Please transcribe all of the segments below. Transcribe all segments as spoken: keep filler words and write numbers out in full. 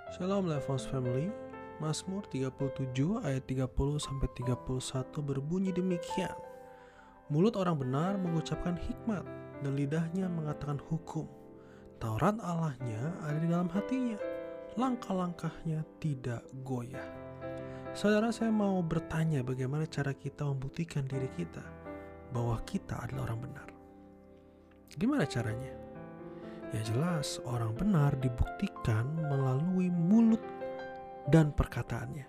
Shalom Levos Family. Mazmur tiga puluh tujuh ayat tiga puluh sampai tiga puluh satu berbunyi demikian. Mulut orang benar mengucapkan hikmat dan lidahnya mengatakan hukum. Taurat Allahnya ada di dalam hatinya, langkah-langkahnya tidak goyah. Saudara, saya mau bertanya bagaimana cara kita membuktikan diri kita bahwa kita adalah orang benar. Gimana caranya? Ya jelas, orang benar dibuktikan melalui mulut dan perkataannya.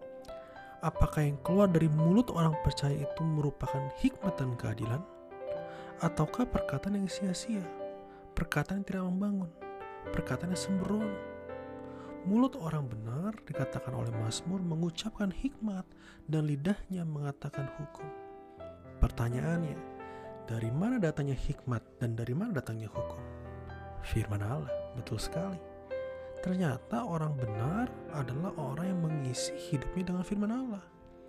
Apakah yang keluar dari mulut orang percaya itu merupakan hikmat dan keadilan? Ataukah perkataan yang sia-sia? Perkataan yang tidak membangun? Perkataan yang sembrono? Mulut orang benar, dikatakan oleh Mazmur, mengucapkan hikmat dan lidahnya mengatakan hukum. Pertanyaannya, dari mana datangnya hikmat dan dari mana datangnya hukum? Firman Allah, betul sekali. Ternyata orang benar adalah orang yang mengisi hidupnya dengan firman Allah.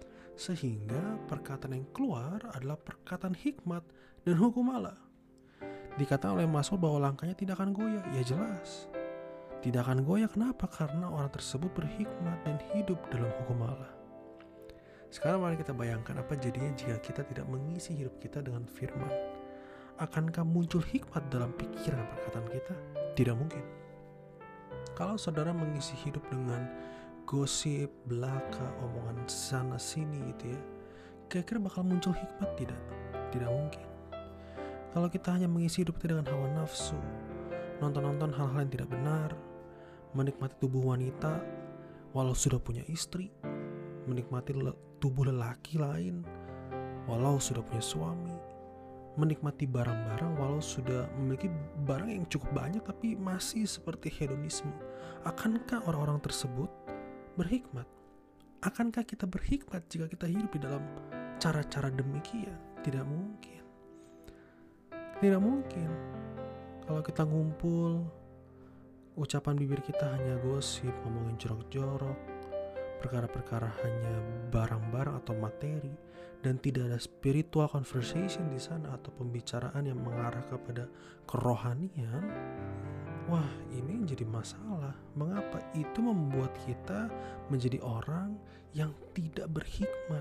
Sehingga perkataan yang keluar adalah perkataan hikmat dan hukum Allah. Dikatakan oleh Mazmur bahwa langkahnya tidak akan goyah. Ya jelas, tidak akan goyah. Kenapa? Karena orang tersebut berhikmat dan hidup dalam hukum Allah. Sekarang mari kita bayangkan apa jadinya jika kita tidak mengisi hidup kita dengan firman. Akankah muncul hikmat dalam pikiran dan perkataan kita? Tidak mungkin. Kalau saudara mengisi hidup dengan gosip, belaka, omongan sana sini gitu ya, kira-kira bakal muncul hikmat tidak? Tidak mungkin. Kalau kita hanya mengisi hidup kita dengan hawa nafsu, nonton-nonton hal-hal yang tidak benar, menikmati tubuh wanita walau sudah punya istri, menikmati le- tubuh lelaki lain walau sudah punya suami, menikmati barang-barang walau sudah memiliki barang yang cukup banyak tapi masih seperti hedonisme. Akankah orang-orang tersebut berhikmat? Akankah kita berhikmat jika kita hidup di dalam cara-cara demikian? Tidak mungkin. Tidak mungkin. Kalau kita ngumpul, ucapan bibir kita hanya gosip, ngomongin jorok-jorok, perkara-perkara hanya barang-barang atau materi, dan tidak ada spiritual conversation di sana atau pembicaraan yang mengarah kepada kerohanian. Wah, ini jadi masalah. Mengapa? Itu membuat kita menjadi orang yang tidak berhikmat.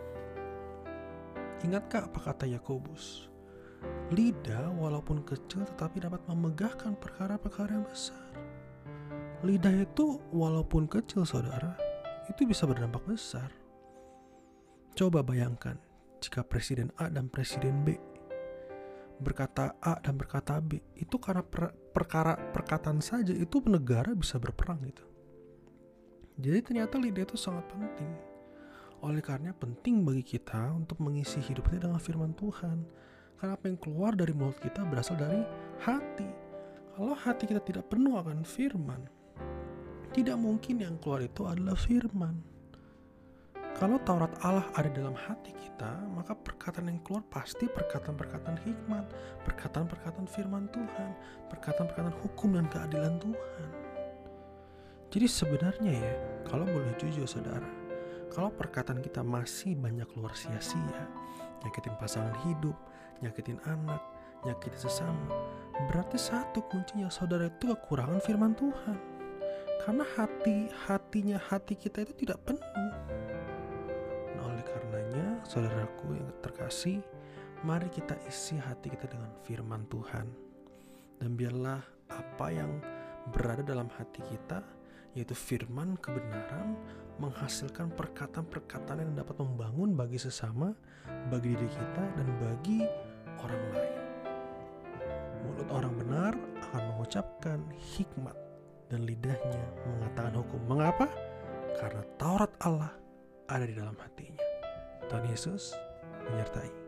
Ingatkah apa kata Yakobus? Lidah walaupun kecil tetapi dapat memegahkan perkara-perkara yang besar. Lidah itu walaupun kecil, saudara, itu bisa berdampak besar. Coba bayangkan jika Presiden A dan Presiden B berkata A dan berkata B, itu karena per, perkara perkataan saja itu negara bisa berperang gitu. Jadi ternyata lidah itu sangat penting. Oleh karena penting bagi kita untuk mengisi hidup kita dengan firman Tuhan. Karena apa yang keluar dari mulut kita berasal dari hati. Kalau hati kita tidak penuh akan firman, tidak mungkin yang keluar itu adalah firman. Kalau Taurat Allah ada dalam hati kita, maka perkataan yang keluar pasti perkataan-perkataan hikmat, perkataan-perkataan firman Tuhan, perkataan-perkataan hukum dan keadilan Tuhan. Jadi sebenarnya ya, kalau boleh jujur saudara, kalau perkataan kita masih banyak keluar sia-sia, nyakitin pasangan hidup, nyakitin anak, nyakitin sesama, berarti satu kuncinya saudara itu kekurangan firman Tuhan. Karena hati hatinya hati kita itu tidak penuh. Nah, oleh karenanya, saudaraku yang terkasih, mari kita isi hati kita dengan firman Tuhan. Dan biarlah apa yang berada dalam hati kita, yaitu firman kebenaran, menghasilkan perkataan-perkataan yang dapat membangun bagi sesama, bagi diri kita, dan bagi orang lain. Mulut orang benar akan mengucapkan hikmat dan lidahnya mengatakan hukum. Mengapa? Karena Taurat Allah ada di dalam hatinya. Tuhan Yesus menyertai.